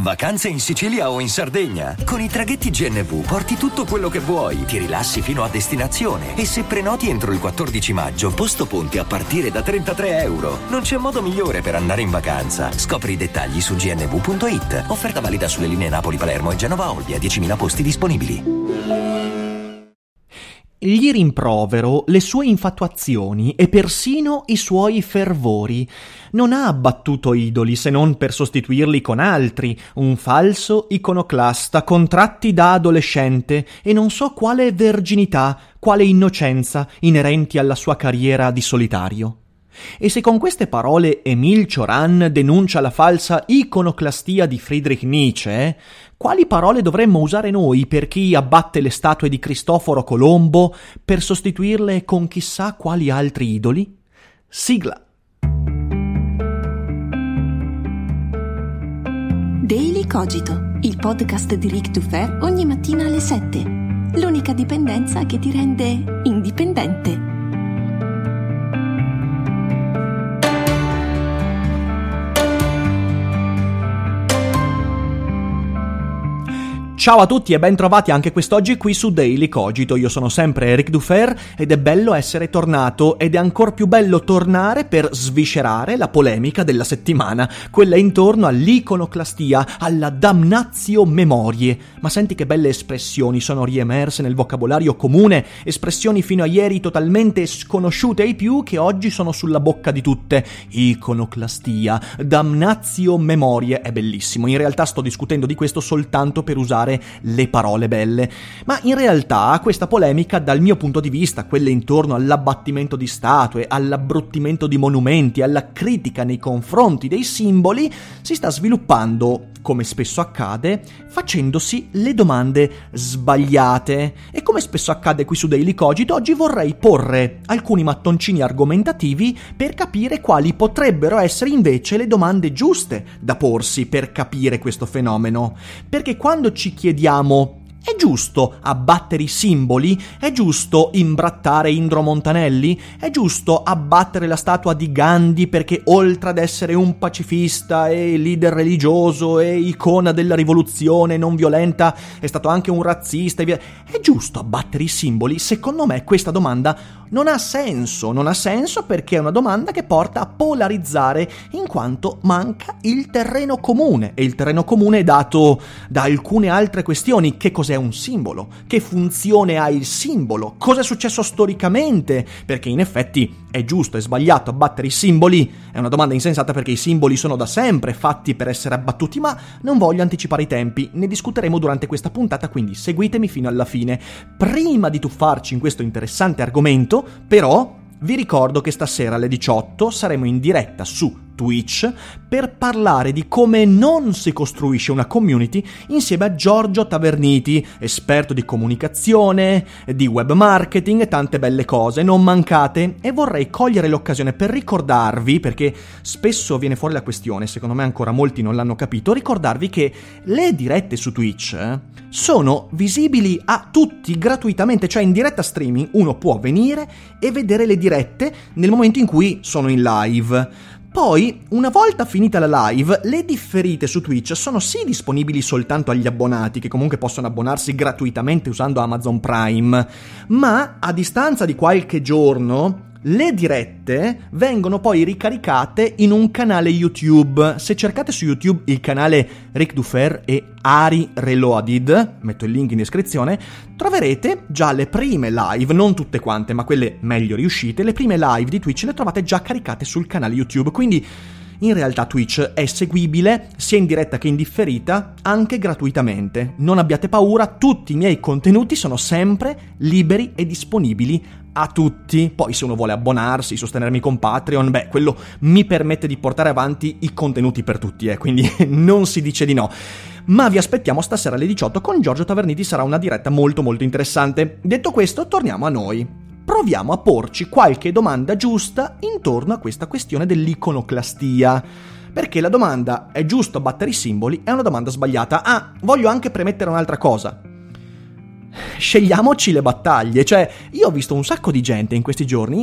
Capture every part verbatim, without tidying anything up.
Vacanze in Sicilia o in Sardegna? Con i traghetti G N V porti tutto quello che vuoi, ti rilassi fino a destinazione e se prenoti entro il quattordici maggio, posto ponti a partire da trentatré euro. Non c'è modo migliore per andare in vacanza. Scopri i dettagli su g n v punto i t. Offerta valida sulle linee Napoli-Palermo e Genova-Olbia, diecimila posti disponibili. Gli rimprovero le sue infatuazioni e persino i suoi fervori. Non ha abbattuto idoli se non per sostituirli con altri, un falso iconoclasta con tratti da adolescente e non so quale verginità, quale innocenza inerenti alla sua carriera di solitario. E se con queste parole Émile Cioran denuncia la falsa iconoclastia di Friedrich Nietzsche, quali parole dovremmo usare noi per chi abbatte le statue di Cristoforo Colombo per sostituirle con chissà quali altri idoli? Sigla. Daily Cogito, il podcast di Ric Dufer ogni mattina alle sette. L'unica dipendenza che ti rende indipendente. Ciao a tutti e ben trovati anche quest'oggi qui su Daily Cogito. Io sono sempre Ric Dufer ed è bello essere tornato ed è ancor più bello tornare per sviscerare la polemica della settimana, quella intorno all'iconoclastia, alla damnatio memoriae. Ma senti che belle espressioni sono riemerse nel vocabolario comune, espressioni fino a ieri totalmente sconosciute ai più che oggi sono sulla bocca di tutte. Iconoclastia, damnatio memoriae, è bellissimo. In realtà sto discutendo di questo soltanto per usare le parole belle, ma in realtà questa polemica dal mio punto di vista, quelle intorno all'abbattimento di statue, all'abbruttimento di monumenti, alla critica nei confronti dei simboli, si sta sviluppando, come spesso accade, facendosi le domande sbagliate. E come spesso accade qui su Daily Cogito, oggi vorrei porre alcuni mattoncini argomentativi per capire quali potrebbero essere invece le domande giuste da porsi per capire questo fenomeno. Perché quando ci chiediamo: è giusto abbattere i simboli? È giusto imbrattare Indro Montanelli? È giusto abbattere la statua di Gandhi perché oltre ad essere un pacifista e leader religioso e icona della rivoluzione non violenta è stato anche un razzista e via? È giusto abbattere i simboli? Secondo me questa domanda non ha senso, non ha senso perché è una domanda che porta a polarizzare in quanto manca il terreno comune e il terreno comune è dato da alcune altre questioni. Che cos'è un simbolo? Che funzione ha il simbolo? Cosa è successo storicamente? Perché in effetti è giusto, è sbagliato abbattere i simboli? È una domanda insensata perché i simboli sono da sempre fatti per essere abbattuti, ma non voglio anticipare i tempi, ne discuteremo durante questa puntata, quindi seguitemi fino alla fine. Prima di tuffarci in questo interessante argomento, però, vi ricordo che stasera alle diciotto saremo in diretta su Twitch per parlare di come non si costruisce una community insieme a Giorgio Taverniti, esperto di comunicazione, di web marketing e tante belle cose. Non mancate, e vorrei cogliere l'occasione per ricordarvi, perché spesso viene fuori la questione, secondo me ancora molti non l'hanno capito, ricordarvi che le dirette su Twitch sono visibili a tutti gratuitamente, cioè in diretta streaming uno può venire e vedere le dirette nel momento in cui sono in live. Poi, una volta finita la live, le differite su Twitch sono sì disponibili soltanto agli abbonati, che comunque possono abbonarsi gratuitamente usando Amazon Prime, ma a distanza di qualche giorno le dirette vengono poi ricaricate in un canale YouTube. Se cercate su YouTube il canale Ric Dufer e Ari Reloaded, metto il link in descrizione, troverete già le prime live, non tutte quante, ma quelle meglio riuscite. Le prime live di Twitch le trovate già caricate sul canale YouTube, quindi in realtà Twitch è seguibile sia in diretta che in differita, anche gratuitamente. Non abbiate paura, tutti i miei contenuti sono sempre liberi e disponibili a tutti. Poi se uno vuole abbonarsi, sostenermi con Patreon, beh, quello mi permette di portare avanti i contenuti per tutti, eh, quindi non si dice di no. Ma vi aspettiamo stasera alle diciotto con Giorgio Taverniti, sarà una diretta molto molto interessante. Detto questo, torniamo a noi. Proviamo a porci qualche domanda giusta intorno a questa questione dell'iconoclastia. Perché la domanda "è giusto abbattere i simboli?" è una domanda sbagliata. Ah, voglio anche premettere un'altra cosa. Scegliamoci le battaglie, cioè io ho visto un sacco di gente in questi giorni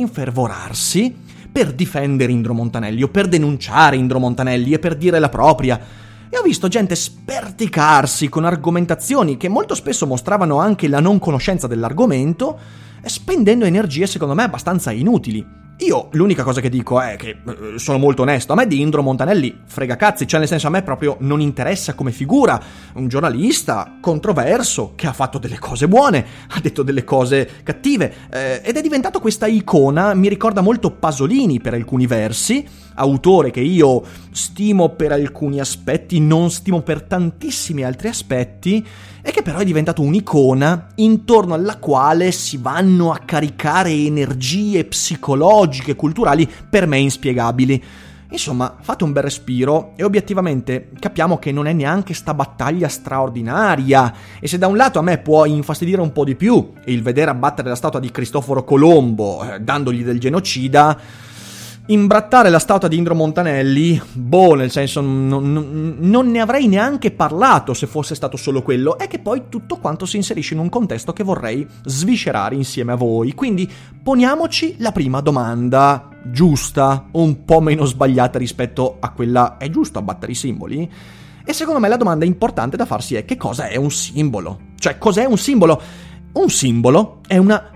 infervorarsi per difendere Indro Montanelli o per denunciare Indro Montanelli e per dire la propria. E ho visto gente sperticarsi con argomentazioni che molto spesso mostravano anche la non conoscenza dell'argomento, spendendo energie secondo me abbastanza inutili. Io l'unica cosa che dico è che eh, sono molto onesto, a me di Indro Montanelli frega cazzi, cioè nel senso a me proprio non interessa come figura, un giornalista controverso che ha fatto delle cose buone, ha detto delle cose cattive eh, ed è diventato questa icona, mi ricorda molto Pasolini per alcuni versi, autore che io stimo per alcuni aspetti, non stimo per tantissimi altri aspetti, e che però è diventato un'icona intorno alla quale si vanno a caricare energie psicologiche, culturali, per me inspiegabili. Insomma, fate un bel respiro e obiettivamente capiamo che non è neanche sta battaglia straordinaria, e se da un lato a me può infastidire un po' di più il vedere abbattere la statua di Cristoforo Colombo eh, dandogli del genocida, imbrattare la statua di Indro Montanelli, boh, nel senso non, non, non ne avrei neanche parlato se fosse stato solo quello, è che poi tutto quanto si inserisce in un contesto che vorrei sviscerare insieme a voi. Quindi poniamoci la prima domanda, giusta, un po' meno sbagliata rispetto a quella è giusto abbattere i simboli? E secondo me la domanda importante da farsi è: che cosa è un simbolo? Cioè, cos'è un simbolo? Un simbolo è una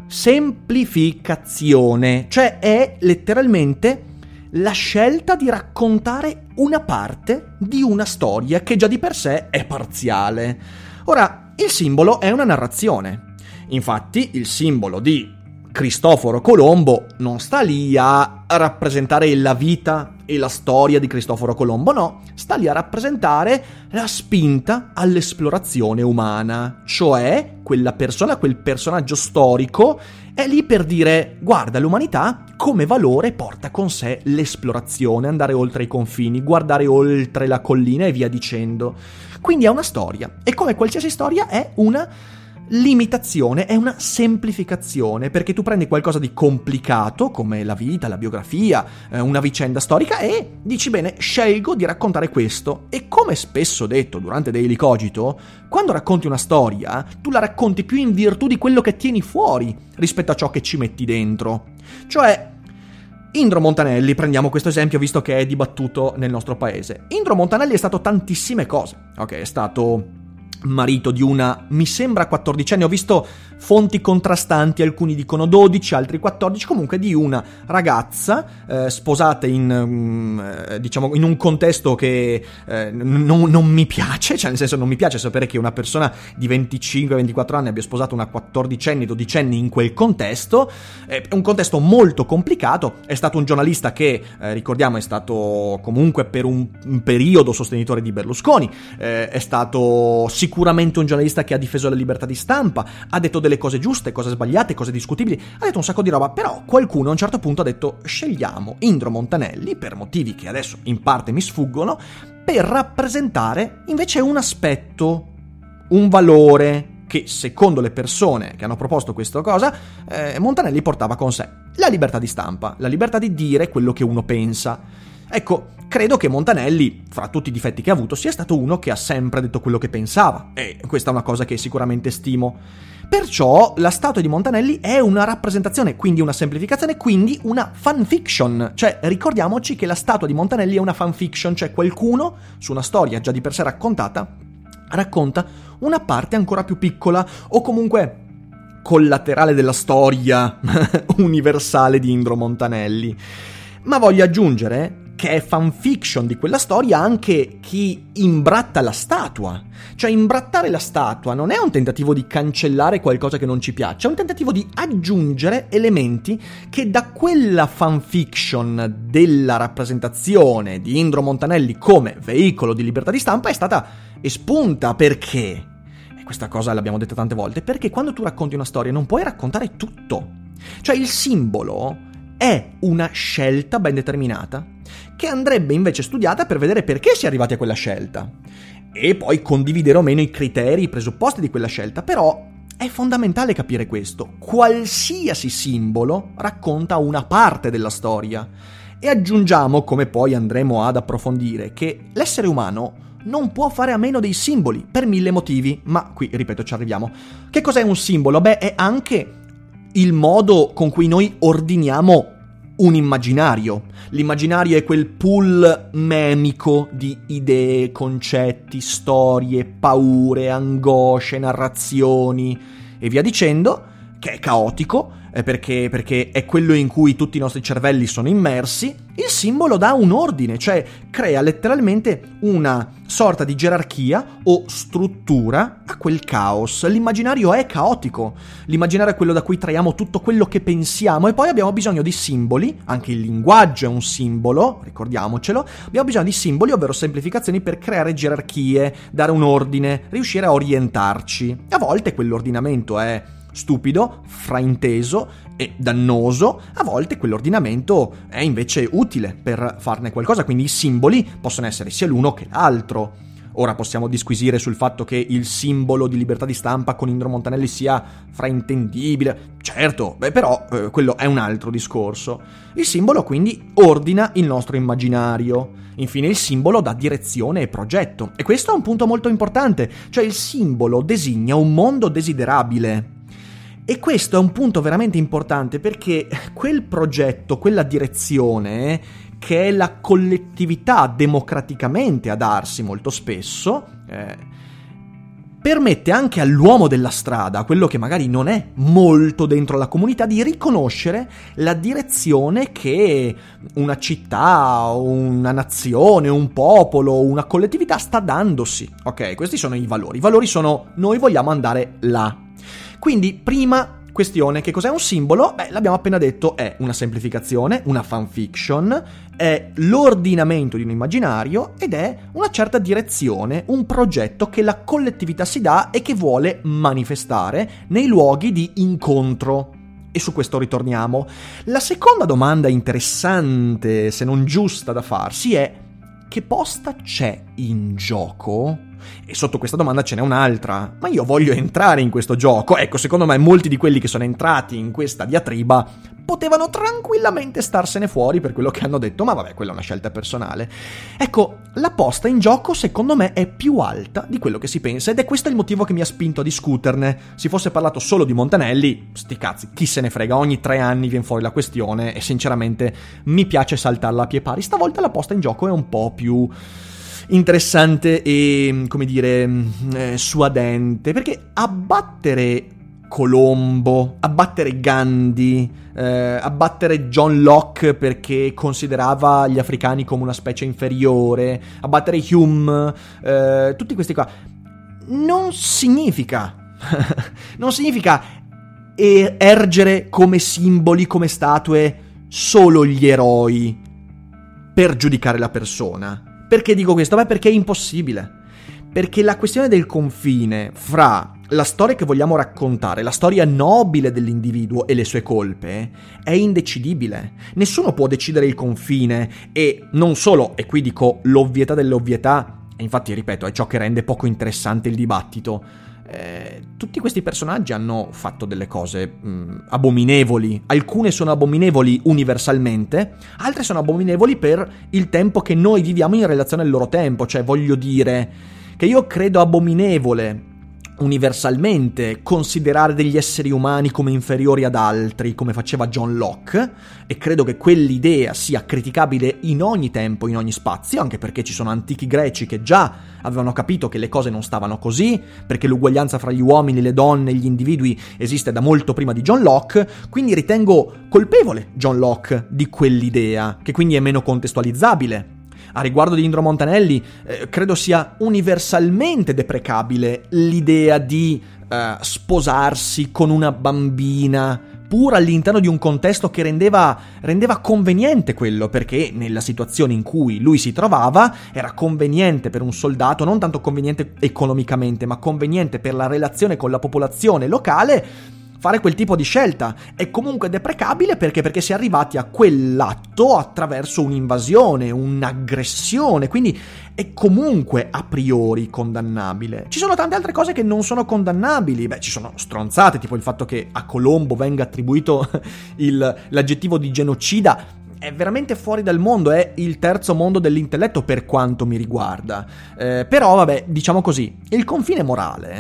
semplificazione, cioè è letteralmente la scelta di raccontare una parte di una storia che già di per sé è parziale. Ora, il simbolo è una narrazione. Infatti, il simbolo di Cristoforo Colombo non sta lì a rappresentare la vita e la storia di Cristoforo Colombo, no, sta lì a rappresentare la spinta all'esplorazione umana, cioè quella persona, quel personaggio storico è lì per dire: guarda, l'umanità come valore porta con sé l'esplorazione, andare oltre i confini, guardare oltre la collina e via dicendo. Quindi è una storia, e come qualsiasi storia è una limitazione, è una semplificazione, perché tu prendi qualcosa di complicato come la vita, la biografia, eh, una vicenda storica, e dici: bene, scelgo di raccontare questo. E come spesso detto durante Daily Cogito, quando racconti una storia tu la racconti più in virtù di quello che tieni fuori rispetto a ciò che ci metti dentro. Cioè, Indro Montanelli, prendiamo questo esempio visto che è dibattuto nel nostro paese. Indro Montanelli è stato tantissime cose. Ok, è stato marito di una, mi sembra, quattordicenne, ho visto fonti contrastanti, alcuni dicono dodici, altri quattordici, comunque di una ragazza eh, sposata in um, eh, diciamo in un contesto che eh, non, non mi piace, cioè nel senso non mi piace sapere che una persona di venticinque ventiquattro anni abbia sposato una quattordicenne, dodicenne in quel contesto. È un contesto molto complicato. È stato un giornalista che eh, ricordiamo è stato comunque per un, un periodo sostenitore di Berlusconi, eh, è stato sicuramente un giornalista che ha difeso la libertà di stampa, ha detto delle cose giuste, cose sbagliate, cose discutibili, ha detto un sacco di roba, però qualcuno a un certo punto ha detto: scegliamo Indro Montanelli, per motivi che adesso in parte mi sfuggono, per rappresentare invece un aspetto, un valore che secondo le persone che hanno proposto questa cosa eh, Montanelli portava con sé: la libertà di stampa, la libertà di dire quello che uno pensa. Ecco, credo che Montanelli, fra tutti i difetti che ha avuto, sia stato uno che ha sempre detto quello che pensava, e questa è una cosa che sicuramente stimo. Perciò la statua di Montanelli è una rappresentazione, quindi una semplificazione, quindi una fanfiction. Cioè, ricordiamoci che la statua di Montanelli è una fanfiction, cioè qualcuno, su una storia già di per sé raccontata, racconta una parte ancora più piccola, o comunque collaterale della storia universale di Indro Montanelli. Ma voglio aggiungere che è fanfiction di quella storia anche chi imbratta la statua. Cioè, imbrattare la statua non è un tentativo di cancellare qualcosa che non ci piace, è un tentativo di aggiungere elementi che da quella fanfiction della rappresentazione di Indro Montanelli come veicolo di libertà di stampa è stata espunta. Perché? E questa cosa l'abbiamo detta tante volte, perché quando tu racconti una storia non puoi raccontare tutto. Cioè, il simbolo è una scelta ben determinata che andrebbe invece studiata per vedere perché si è arrivati a quella scelta e poi condividere o meno i criteri, i presupposti di quella scelta. Però è fondamentale capire questo: qualsiasi simbolo racconta una parte della storia. E aggiungiamo, come poi andremo ad approfondire, che l'essere umano non può fare a meno dei simboli per mille motivi, ma qui, ripeto, ci arriviamo. Che cos'è un simbolo? Beh, è anche il modo con cui noi ordiniamo un immaginario. L'immaginario è quel pool memico di idee, concetti, storie, paure, angosce, narrazioni e via dicendo, che è caotico, eh, perché, perché è quello in cui tutti i nostri cervelli sono immersi. Il simbolo dà un ordine, cioè crea letteralmente una sorta di gerarchia o struttura a quel caos. L'immaginario è caotico, l'immaginario è quello da cui traiamo tutto quello che pensiamo e poi abbiamo bisogno di simboli, anche il linguaggio è un simbolo, ricordiamocelo, abbiamo bisogno di simboli, ovvero semplificazioni per creare gerarchie, dare un ordine, riuscire a orientarci. A volte quell'ordinamento è stupido, frainteso e dannoso, a volte quell'ordinamento è invece utile per farne qualcosa, quindi i simboli possono essere sia l'uno che l'altro. Ora possiamo disquisire sul fatto che il simbolo di libertà di stampa con Indro Montanelli sia fraintendibile, certo, beh, però eh, quello è un altro discorso. Il simbolo quindi ordina il nostro immaginario. Infine il simbolo dà direzione e progetto, e questo è un punto molto importante, cioè il simbolo designa un mondo desiderabile. E questo è un punto veramente importante perché quel progetto, quella direzione, che è la collettività democraticamente a darsi molto spesso, eh, permette anche all'uomo della strada, quello che magari non è molto dentro la comunità, di riconoscere la direzione che una città, una nazione, un popolo, una collettività sta dandosi. Ok, questi sono i valori. I valori sono: noi vogliamo andare là. Quindi, prima questione, che cos'è un simbolo? Beh, l'abbiamo appena detto, è una semplificazione, una fanfiction, è l'ordinamento di un immaginario ed è una certa direzione, un progetto che la collettività si dà e che vuole manifestare nei luoghi di incontro. E su questo ritorniamo. La seconda domanda interessante, se non giusta da farsi, è: che posta c'è in gioco? E sotto questa domanda ce n'è un'altra: ma io voglio entrare in questo gioco? Ecco, secondo me molti di quelli che sono entrati in questa diatriba potevano tranquillamente starsene fuori per quello che hanno detto, ma vabbè, quella è una scelta personale. Ecco, la posta in gioco secondo me è più alta di quello che si pensa, ed è questo il motivo che mi ha spinto a discuterne. Se fosse parlato solo di Montanelli, sti cazzi, chi se ne frega, ogni tre anni viene fuori la questione e sinceramente mi piace saltarla a pie pari. Stavolta la posta in gioco è un po' più interessante e, come dire, eh, suadente, perché abbattere Colombo, abbattere Gandhi, eh, abbattere John Locke perché considerava gli africani come una specie inferiore, abbattere Hume, eh, tutti questi qua, non significa non significa ergere come simboli, come statue, solo gli eroi per giudicare la persona. Perché dico questo? Beh, perché è impossibile. Perché la questione del confine fra la storia che vogliamo raccontare, la storia nobile dell'individuo e le sue colpe, è indecidibile. Nessuno può decidere il confine, e non solo, e qui dico l'ovvietà dell'ovvietà, e infatti ripeto, è ciò che rende poco interessante il dibattito. Eh, tutti questi personaggi hanno fatto delle cose mh, abominevoli. Alcune sono abominevoli universalmente, altre sono abominevoli per il tempo che noi viviamo in relazione al loro tempo. Cioè, voglio dire che io credo abominevole universalmente considerare degli esseri umani come inferiori ad altri, come faceva John Locke, e credo che quell'idea sia criticabile in ogni tempo, in ogni spazio, anche perché ci sono antichi greci che già avevano capito che le cose non stavano così, perché l'uguaglianza fra gli uomini, le donne e gli individui esiste da molto prima di John Locke. Quindi ritengo colpevole John Locke di quell'idea, che quindi è meno contestualizzabile. A riguardo di Indro Montanelli, eh, credo sia universalmente deprecabile l'idea di eh, sposarsi con una bambina, pur all'interno di un contesto che rendeva, rendeva conveniente quello, perché nella situazione in cui lui si trovava era conveniente per un soldato, non tanto conveniente economicamente, ma conveniente per la relazione con la popolazione locale, fare quel tipo di scelta. È comunque deprecabile perché perché si è arrivati a quell'atto attraverso un'invasione, un'aggressione, quindi è comunque a priori condannabile. Ci sono tante altre cose che non sono condannabili. Beh, ci sono stronzate, tipo il fatto che a Colombo venga attribuito il, l'aggettivo di genocida. È veramente fuori dal mondo, è il terzo mondo dell'intelletto per quanto mi riguarda. Eh, però vabbè, diciamo così, il confine morale eh,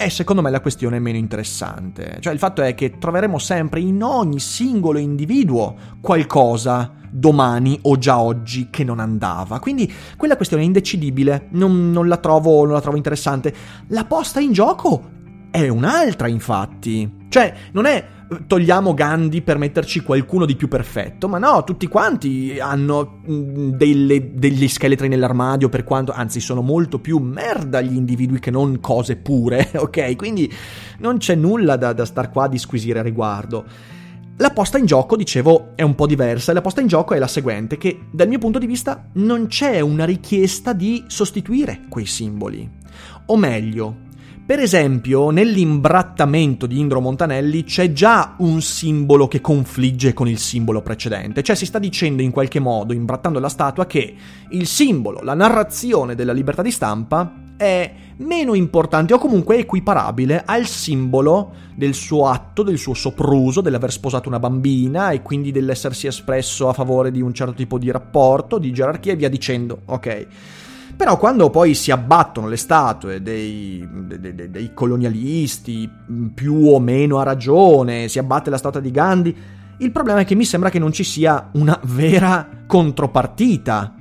è secondo me la questione meno interessante. Cioè il fatto è che troveremo sempre in ogni singolo individuo qualcosa domani o già oggi che non andava. Quindi quella questione è indecidibile, non, non la trovo, non la trovo interessante. La posta in gioco è un'altra, infatti. Cioè non è togliamo Gandhi per metterci qualcuno di più perfetto, ma no, tutti quanti hanno delle, degli scheletri nell'armadio, per quanto, anzi sono molto più merda gli individui che non cose pure, ok? Quindi non c'è nulla da, da star qua a disquisire a riguardo. La posta in gioco, dicevo, è un po' diversa, e la posta in gioco è la seguente, che dal mio punto di vista non c'è una richiesta di sostituire quei simboli. O meglio, per esempio, nell'imbrattamento di Indro Montanelli c'è già un simbolo che confligge con il simbolo precedente, cioè si sta dicendo in qualche modo, imbrattando la statua, che il simbolo, la narrazione della libertà di stampa è meno importante o comunque equiparabile al simbolo del suo atto, del suo sopruso, dell'aver sposato una bambina e quindi dell'essersi espresso a favore di un certo tipo di rapporto, di gerarchia e via dicendo, ok? Però quando poi si abbattono le statue dei, dei, dei colonialisti, più o meno a ragione, si abbatte la statua di Gandhi, il problema è che mi sembra che non ci sia una vera contropartita.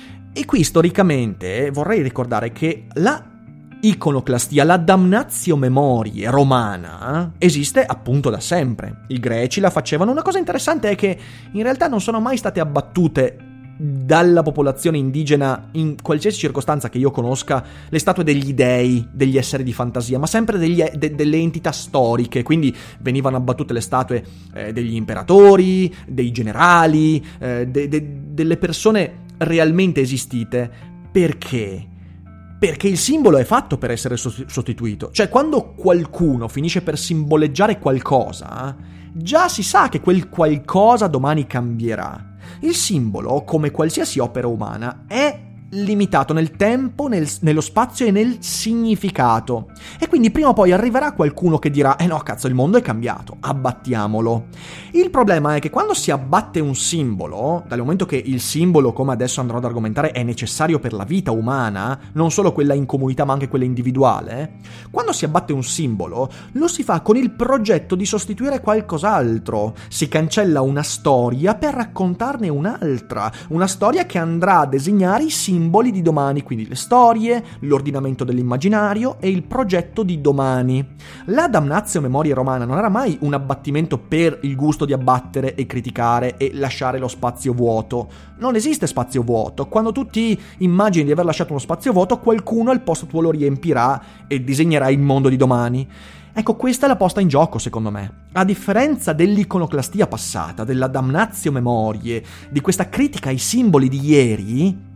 E qui storicamente vorrei ricordare che la iconoclastia, la damnatio memoriae romana esiste appunto da sempre. I greci la facevano. Una cosa interessante è che in realtà non sono mai state abbattute dalla popolazione indigena, in qualsiasi circostanza che io conosca, le statue degli dei, degli esseri di fantasia, ma sempre degli, de, delle entità storiche. Quindi venivano abbattute le statue eh, degli imperatori, dei generali, eh, de, de, delle persone realmente esistite. Perché? Perché il simbolo è fatto per essere sostituito. Cioè, quando qualcuno finisce per simboleggiare qualcosa, già si sa che quel qualcosa domani cambierà. Il simbolo, come qualsiasi opera umana, è limitato nel tempo, nel, nello spazio e nel significato. E quindi prima o poi arriverà qualcuno che dirà eh no, cazzo, il mondo è cambiato, abbattiamolo. Il problema è che quando si abbatte un simbolo, dal momento che il simbolo, come adesso andrò ad argomentare, è necessario per la vita umana, non solo quella in comunità ma anche quella individuale, quando si abbatte un simbolo lo si fa con il progetto di sostituire qualcos'altro. Si cancella una storia per raccontarne un'altra, una storia che andrà a designare i simboli simboli di domani, quindi le storie, l'ordinamento dell'immaginario e il progetto di domani. La damnatio memoriae romana non era mai un abbattimento per il gusto di abbattere e criticare e lasciare lo spazio vuoto. Non esiste spazio vuoto. Quando tu ti immagini di aver lasciato uno spazio vuoto, qualcuno al posto tuo lo riempirà e disegnerà il mondo di domani. Ecco, questa è la posta in gioco, secondo me. A differenza dell'iconoclastia passata, della damnatio memoriae, di questa critica ai simboli di ieri,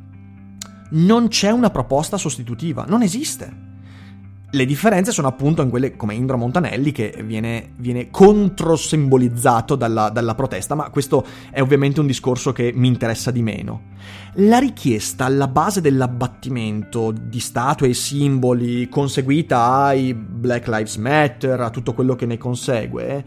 non c'è una proposta sostitutiva, non esiste. Le differenze sono appunto in quelle come Indro Montanelli, che viene, viene controsimbolizzato dalla, dalla protesta, ma questo è ovviamente un discorso che mi interessa di meno. La richiesta alla base dell'abbattimento di statue e simboli, conseguita ai Black Lives Matter, a tutto quello che ne consegue,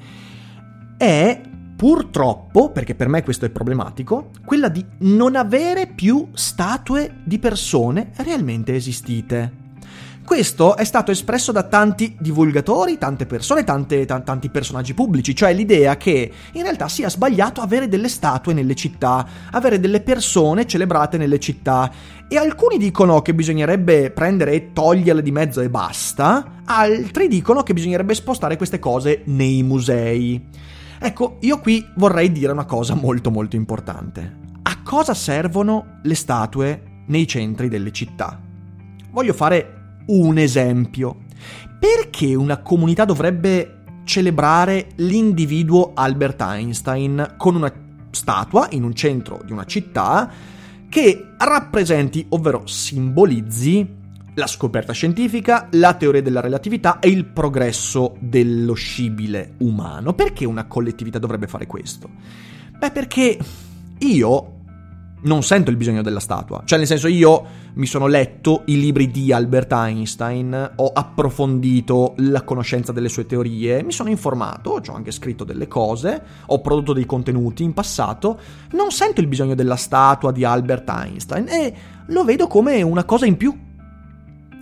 è purtroppo, perché per me questo è problematico, quella di non avere più statue di persone realmente esistite. Questo è stato espresso da tanti divulgatori, tante persone, tante, t- tanti personaggi pubblici, cioè l'idea che in realtà sia sbagliato avere delle statue nelle città, avere delle persone celebrate nelle città. E alcuni dicono che bisognerebbe prendere e toglierle di mezzo e basta, altri dicono che bisognerebbe spostare queste cose nei musei. Ecco, io qui vorrei dire una cosa molto molto importante. A cosa servono le statue nei centri delle città? Voglio fare un esempio. Perché una comunità dovrebbe celebrare l'individuo Albert Einstein con una statua in un centro di una città che rappresenti, ovvero simbolizzi, la scoperta scientifica, la teoria della relatività e il progresso dello scibile umano? Perché una collettività dovrebbe fare questo? Beh, perché io non sento il bisogno della statua. Cioè, nel senso, io mi sono letto i libri di Albert Einstein, ho approfondito la conoscenza delle sue teorie, mi sono informato, ci ho anche scritto delle cose, ho prodotto dei contenuti in passato, non sento il bisogno della statua di Albert Einstein e lo vedo come una cosa in più.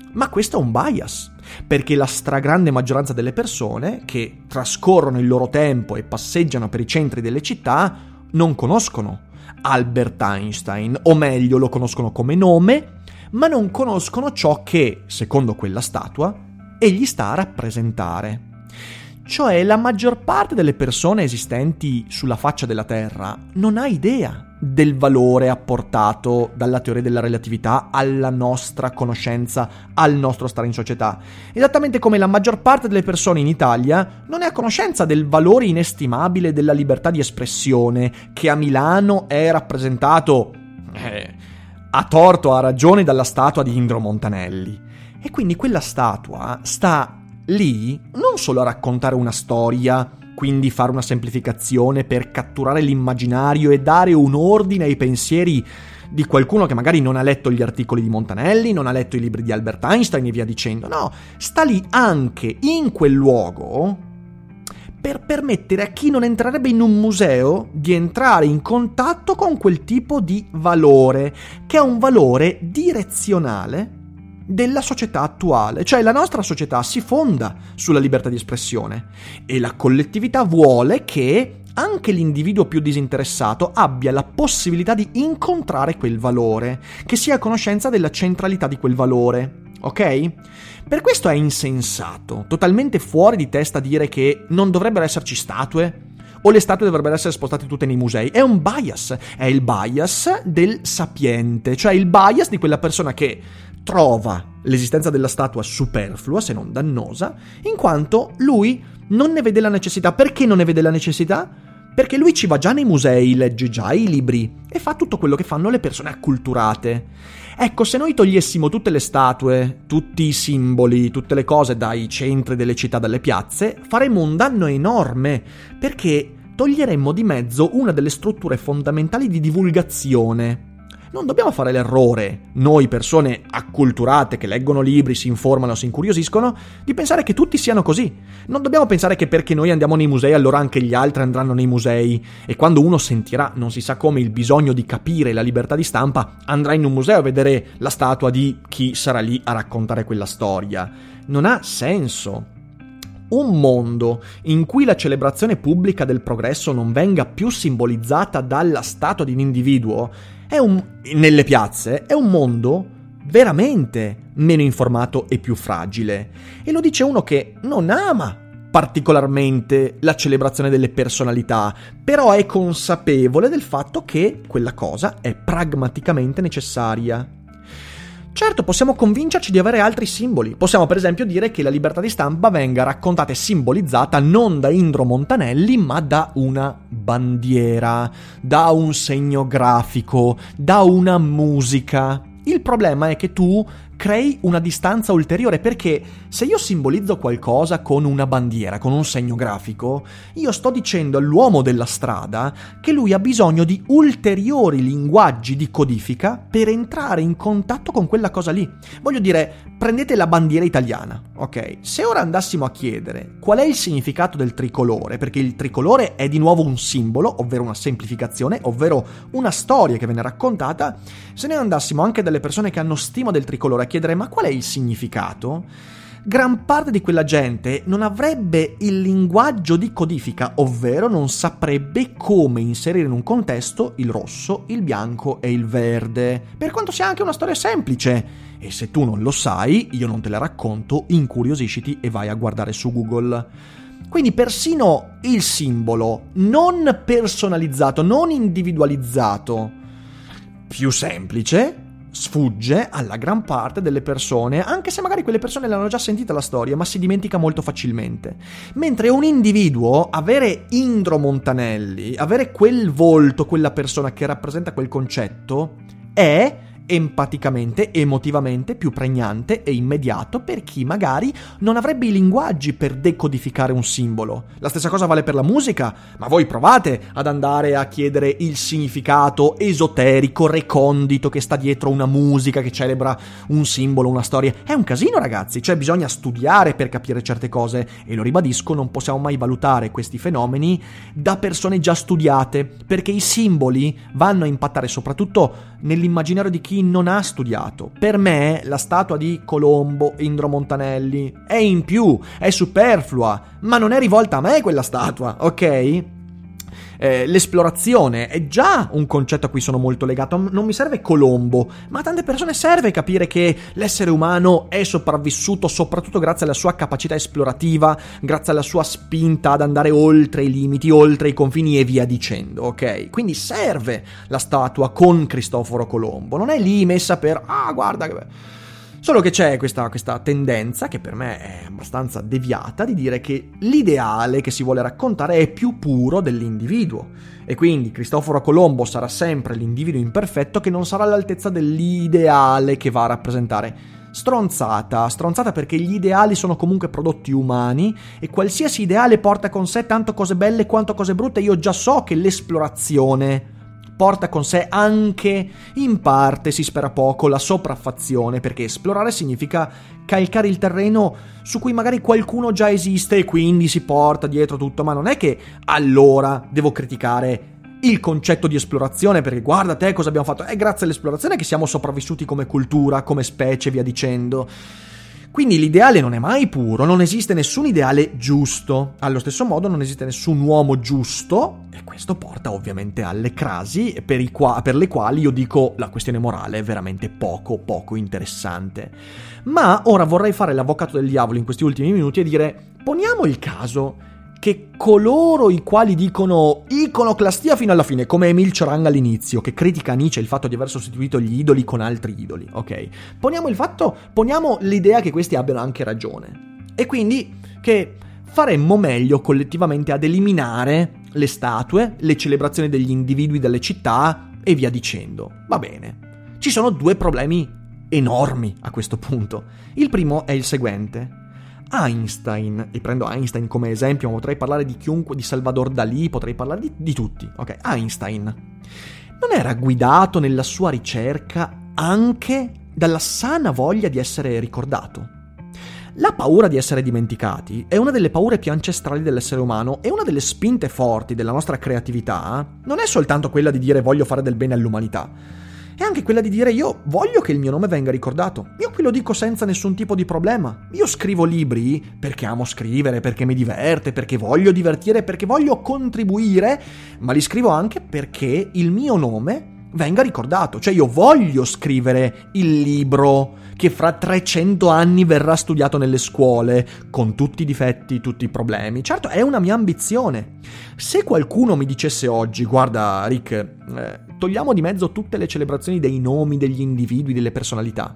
Ma questo è un bias, perché la stragrande maggioranza delle persone che trascorrono il loro tempo e passeggiano per i centri delle città non conoscono Albert Einstein, o meglio lo conoscono come nome, ma non conoscono ciò che, secondo quella statua, egli sta a rappresentare. Cioè la maggior parte delle persone esistenti sulla faccia della Terra non ha idea del valore apportato dalla teoria della relatività alla nostra conoscenza, al nostro stare in società. Esattamente come la maggior parte delle persone in Italia non è a conoscenza del valore inestimabile della libertà di espressione, che a Milano è rappresentato, eh, a torto, a ragione, dalla statua di Indro Montanelli. E quindi quella statua sta lì non solo a raccontare una storia, quindi fare una semplificazione per catturare l'immaginario e dare un ordine ai pensieri di qualcuno che magari non ha letto gli articoli di Montanelli, non ha letto i libri di Albert Einstein e via dicendo. No, sta lì anche in quel luogo per permettere a chi non entrerebbe in un museo di entrare in contatto con quel tipo di valore, che è un valore direzionale della società attuale. Cioè la nostra società si fonda sulla libertà di espressione e la collettività vuole che anche l'individuo più disinteressato abbia la possibilità di incontrare quel valore, che sia a conoscenza della centralità di quel valore, ok? Per questo è insensato, totalmente fuori di testa dire che non dovrebbero esserci statue o le statue dovrebbero essere spostate tutte nei musei. È un bias, è il bias del sapiente, cioè il bias di quella persona che trova l'esistenza della statua superflua, se non dannosa, in quanto lui non ne vede la necessità. Perché non ne vede la necessità? Perché lui ci va già nei musei, legge già i libri e fa tutto quello che fanno le persone acculturate. Ecco, se noi togliessimo tutte le statue, tutti i simboli, tutte le cose dai centri delle città, dalle piazze, faremmo un danno enorme, perché toglieremmo di mezzo una delle strutture fondamentali di divulgazione. Non dobbiamo fare l'errore, noi persone acculturate che leggono libri, si informano, si incuriosiscono, di pensare che tutti siano così. Non dobbiamo pensare che perché noi andiamo nei musei allora anche gli altri andranno nei musei, e quando uno sentirà, non si sa come, il bisogno di capire la libertà di stampa, andrà in un museo a vedere la statua di chi sarà lì a raccontare quella storia. Non ha senso. Un mondo in cui la celebrazione pubblica del progresso non venga più simbolizzata dalla statua di un individuo è un, nelle piazze, è un mondo veramente meno informato e più fragile. E lo dice uno che non ama particolarmente la celebrazione delle personalità, però è consapevole del fatto che quella cosa è pragmaticamente necessaria. Certo, possiamo convincerci di avere altri simboli. Possiamo per esempio dire che la libertà di stampa venga raccontata e simbolizzata non da Indro Montanelli, ma da una bandiera, da un segno grafico, da una musica. Il problema è che tu crei una distanza ulteriore, perché se io simbolizzo qualcosa con una bandiera, con un segno grafico, io sto dicendo all'uomo della strada che lui ha bisogno di ulteriori linguaggi di codifica per entrare in contatto con quella cosa lì. Voglio dire, prendete la bandiera italiana, ok? Se ora andassimo a chiedere qual è il significato del tricolore, perché il tricolore è di nuovo un simbolo, ovvero una semplificazione, ovvero una storia che viene raccontata, se ne andassimo anche dalle persone che hanno stima del tricolore a chiedere ma qual è il significato, gran parte di quella gente non avrebbe il linguaggio di codifica, ovvero non saprebbe come inserire in un contesto il rosso, il bianco e il verde, per quanto sia anche una storia semplice. E se tu non lo sai, io non te la racconto, incuriosisciti e vai a guardare su Google. Quindi persino il simbolo non personalizzato, non individualizzato, più semplice, sfugge alla gran parte delle persone, anche se magari quelle persone l'hanno già sentita la storia, ma si dimentica molto facilmente. Mentre un individuo, avere Indro Montanelli, avere quel volto, quella persona che rappresenta quel concetto, è empaticamente, emotivamente più pregnante e immediato per chi magari non avrebbe i linguaggi per decodificare un simbolo. La stessa cosa vale per la musica, ma voi provate ad andare a chiedere il significato esoterico, recondito che sta dietro una musica che celebra un simbolo, una storia. È un casino, ragazzi, cioè bisogna studiare per capire certe cose, e lo ribadisco, non possiamo mai valutare questi fenomeni da persone già studiate, perché i simboli vanno a impattare soprattutto nell'immaginario di chi chi non ha studiato. Per me la statua di Colombo, Indro Montanelli, è in più, è superflua, ma non è rivolta a me quella statua, ok? Eh, l'esplorazione è già un concetto a cui sono molto legato. Non mi serve Colombo, ma a tante persone serve capire che l'essere umano è sopravvissuto soprattutto grazie alla sua capacità esplorativa, grazie alla sua spinta ad andare oltre i limiti, oltre i confini e via dicendo, ok? Quindi serve la statua con Cristoforo Colombo, non è lì messa per ah guarda che... Solo che c'è questa, questa tendenza, che per me è abbastanza deviata, di dire che l'ideale che si vuole raccontare è più puro dell'individuo. E quindi Cristoforo Colombo sarà sempre l'individuo imperfetto che non sarà all'altezza dell'ideale che va a rappresentare. Stronzata, stronzata perché gli ideali sono comunque prodotti umani e qualsiasi ideale porta con sé tanto cose belle quanto cose brutte. Io già so che l'esplorazione porta con sé anche, in parte, si spera poco, la sopraffazione, perché esplorare significa calcare il terreno su cui magari qualcuno già esiste e quindi si porta dietro tutto, ma non è che allora devo criticare il concetto di esplorazione, perché guarda te cosa abbiamo fatto, è grazie all'esplorazione che siamo sopravvissuti come cultura, come specie, via dicendo. Quindi l'ideale non è mai puro, non esiste nessun ideale giusto. Allo stesso modo non esiste nessun uomo giusto, e questo porta ovviamente alle crasi per, i qua- per le quali io dico la questione morale è veramente poco, poco interessante. Ma ora vorrei fare l'avvocato del diavolo in questi ultimi minuti e dire, poniamo il caso che coloro i quali dicono iconoclastia fino alla fine, come Emil Cioran all'inizio, che critica Nietzsche il fatto di aver sostituito gli idoli con altri idoli, ok? Poniamo il fatto, poniamo l'idea che questi abbiano anche ragione. E quindi che faremmo meglio collettivamente ad eliminare le statue, le celebrazioni degli individui delle città e via dicendo. Va bene. Ci sono due problemi enormi a questo punto. Il primo è il seguente. Einstein, e prendo Einstein come esempio, ma potrei parlare di chiunque, di Salvador Dalì, potrei parlare di, di tutti, ok? Einstein non era guidato nella sua ricerca anche dalla sana voglia di essere ricordato? La paura di essere dimenticati è una delle paure più ancestrali dell'essere umano e una delle spinte forti della nostra creatività non è soltanto quella di dire voglio fare del bene all'umanità, è anche quella di dire io voglio che il mio nome venga ricordato. Io qui lo dico senza nessun tipo di problema. Io scrivo libri perché amo scrivere, perché mi diverte, perché voglio divertire, perché voglio contribuire, ma li scrivo anche perché il mio nome venga ricordato. Cioè io voglio scrivere il libro che fra trecento anni verrà studiato nelle scuole, con tutti i difetti, tutti i problemi. Certo, è una mia ambizione. Se qualcuno mi dicesse oggi, guarda Rick, eh, togliamo di mezzo tutte le celebrazioni dei nomi, degli individui, delle personalità,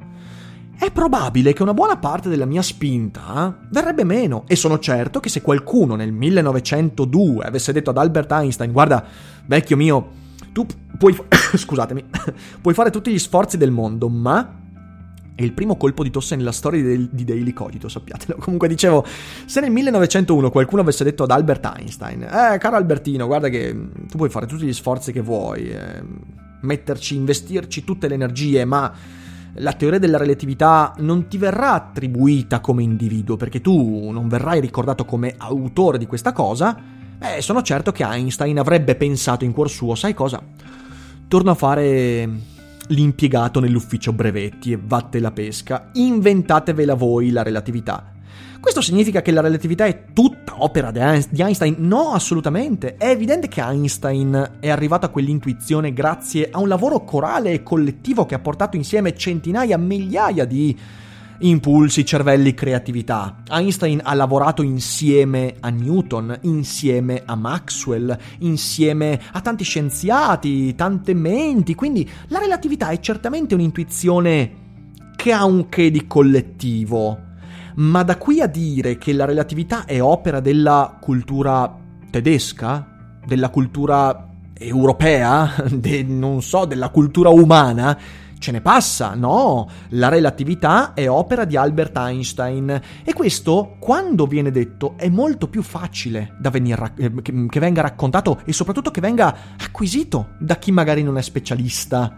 è probabile che una buona parte della mia spinta eh, verrebbe meno. E sono certo che se qualcuno nel millenovecentodue avesse detto ad Albert Einstein, guarda, vecchio mio, tu puoi, scusatemi, puoi fare tutti gli sforzi del mondo, ma è il primo colpo di tosse nella storia di, di Daily Cogito, sappiatelo. Comunque dicevo, se nel millenovecentouno qualcuno avesse detto ad Albert Einstein, eh, caro Albertino, guarda che tu puoi fare tutti gli sforzi che vuoi, eh, metterci, investirci tutte le energie, ma la teoria della relatività non ti verrà attribuita come individuo, perché tu non verrai ricordato come autore di questa cosa, beh, sono certo che Einstein avrebbe pensato in cuor suo, sai cosa? Torno a fare l'impiegato nell'ufficio brevetti e vatte la pesca, inventatevela voi la relatività. Questo significa che la relatività è tutta opera di Einstein? No, assolutamente. È evidente che Einstein è arrivato a quell'intuizione grazie a un lavoro corale e collettivo che ha portato insieme centinaia, migliaia di impulsi, cervelli, creatività. Einstein ha lavorato insieme a Newton, insieme a Maxwell, insieme a tanti scienziati, tante menti, quindi la relatività è certamente un'intuizione che ha un che di collettivo, ma da qui a dire che la relatività è opera della cultura tedesca, della cultura europea, de, non so, della cultura umana, ce ne passa, no, la relatività è opera di Albert Einstein e questo, quando viene detto, è molto più facile da venire, che, che venga raccontato e soprattutto che venga acquisito da chi magari non è specialista.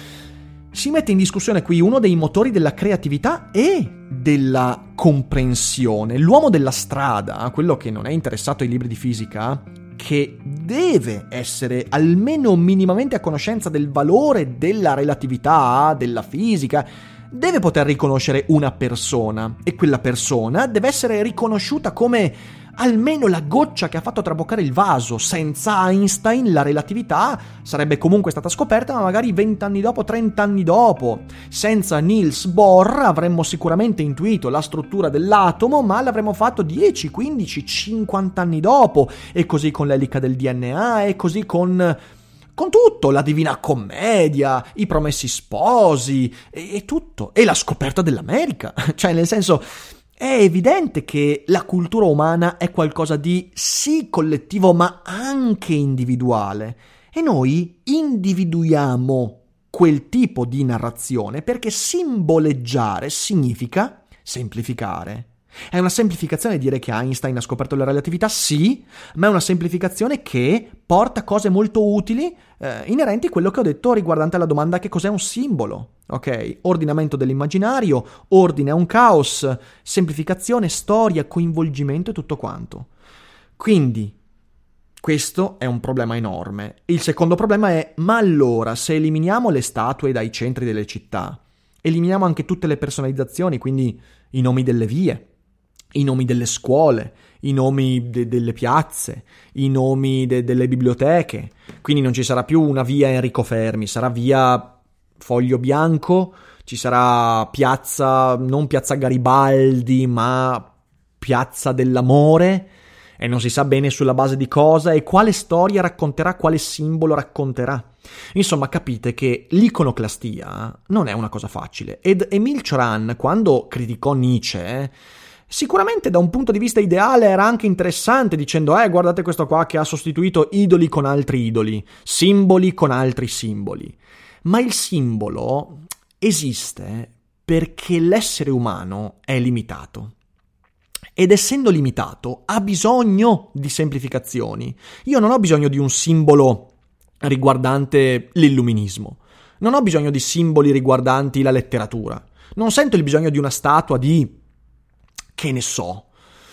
Si mette in discussione qui uno dei motori della creatività e della comprensione. L'uomo della strada, quello che non è interessato ai libri di fisica, che deve essere almeno minimamente a conoscenza del valore della relatività, della fisica, deve poter riconoscere una persona, e quella persona deve essere riconosciuta come almeno la goccia che ha fatto traboccare il vaso. Senza Einstein la relatività sarebbe comunque stata scoperta, ma magari vent'anni dopo, trent'anni dopo. Senza Niels Bohr avremmo sicuramente intuito la struttura dell'atomo, ma l'avremmo fatto dieci, quindici, cinquanta anni dopo. E così con l'elica del D N A, e così con... con tutto, la Divina Commedia, i Promessi Sposi, e, e tutto. E la scoperta dell'America. Cioè, nel senso... è evidente che la cultura umana è qualcosa di sì collettivo ma anche individuale, e noi individuiamo quel tipo di narrazione perché simboleggiare significa semplificare. È una semplificazione dire che Einstein ha scoperto la relatività, sì, ma è una semplificazione che porta cose molto utili eh, inerenti a quello che ho detto riguardante la domanda che cos'è un simbolo. Ok, ordinamento dell'immaginario, ordine a un caos, semplificazione, storia, coinvolgimento e tutto quanto. Quindi, questo è un problema enorme. Il secondo problema è, ma allora, se eliminiamo le statue dai centri delle città, eliminiamo anche tutte le personalizzazioni, quindi i nomi delle vie, i nomi delle scuole, i nomi de- delle piazze, i nomi de- delle biblioteche, quindi non ci sarà più una via Enrico Fermi, sarà via Foglio Bianco, ci sarà piazza, non piazza Garibaldi, ma piazza dell'amore, e non si sa bene sulla base di cosa e quale storia racconterà, quale simbolo racconterà. Insomma, capite che l'iconoclastia non è una cosa facile. Ed Emil Cioran, quando criticò Nietzsche, sicuramente da un punto di vista ideale era anche interessante, dicendo eh guardate questo qua che ha sostituito idoli con altri idoli, simboli con altri simboli. Ma il simbolo esiste perché l'essere umano è limitato. Ed essendo limitato ha bisogno di semplificazioni. Io non ho bisogno di un simbolo riguardante l'illuminismo. Non ho bisogno di simboli riguardanti la letteratura. Non sento il bisogno di una statua di, che ne so,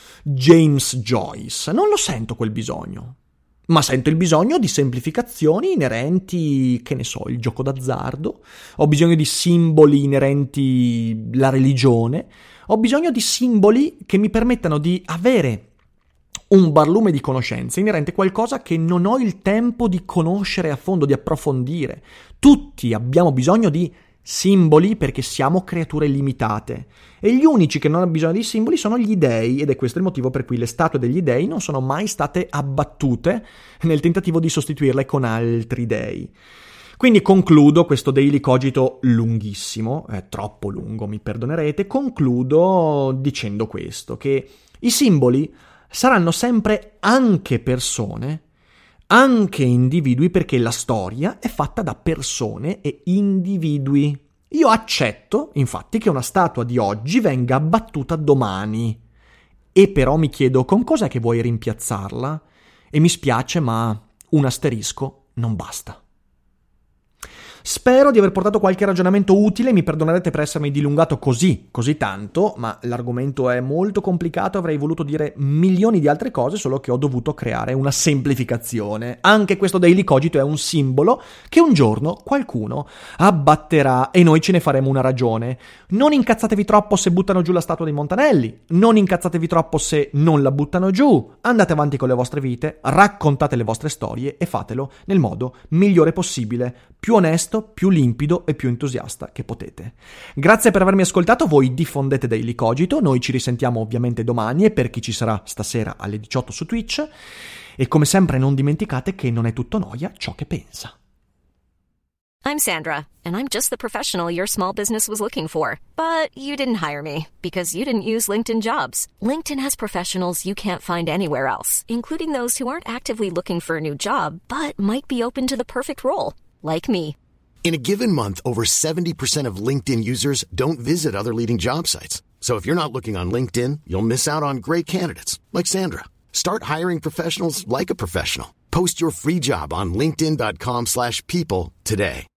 James Joyce. Non lo sento quel bisogno. Ma sento il bisogno di semplificazioni inerenti, che ne so, il gioco d'azzardo. Ho bisogno di simboli inerenti la religione. Ho bisogno di simboli che mi permettano di avere un barlume di conoscenze inerente a qualcosa che non ho il tempo di conoscere a fondo, di approfondire. Tutti abbiamo bisogno di simboli perché siamo creature limitate. E gli unici che non hanno bisogno di simboli sono gli dei, ed è questo il motivo per cui le statue degli dei non sono mai state abbattute nel tentativo di sostituirle con altri dei. Quindi concludo questo Daily Cogito lunghissimo, è troppo lungo, mi perdonerete, concludo dicendo questo, che i simboli saranno sempre anche persone, anche individui, perché la storia è fatta da persone e individui. Io accetto, infatti, che una statua di oggi venga abbattuta domani. E però mi chiedo, con cos'è che vuoi rimpiazzarla? E mi spiace, ma un asterisco non basta. Spero di aver portato qualche ragionamento utile, mi perdonerete per essermi dilungato così, così tanto, ma l'argomento è molto complicato, avrei voluto dire milioni di altre cose, solo che ho dovuto creare una semplificazione. Anche questo Daily Cogito è un simbolo che un giorno qualcuno abbatterà e noi ce ne faremo una ragione. Non incazzatevi troppo se buttano giù la statua dei Montanelli, non incazzatevi troppo se non la buttano giù, andate avanti con le vostre vite, raccontate le vostre storie e fatelo nel modo migliore possibile, più onesto, più limpido e più entusiasta che potete. Grazie per avermi ascoltato, voi diffondete Daily Cogito, noi ci risentiamo ovviamente domani e per chi ci sarà stasera alle diciotto su Twitch, e come sempre non dimenticate che non è tutto noia ciò che pensa. I'm Sandra, and I'm just the professional your small business was looking for. But you didn't hire me because you didn't use LinkedIn Jobs. LinkedIn has professionals you can't find anywhere else, including those who aren't actively looking for a new job, but might be open to the perfect role, like me. In a given month, over seventy percent of LinkedIn users don't visit other leading job sites. So if you're not looking on LinkedIn, you'll miss out on great candidates like Sandra. Start hiring professionals like a professional. Post your free job on linkedin dot com slash people today.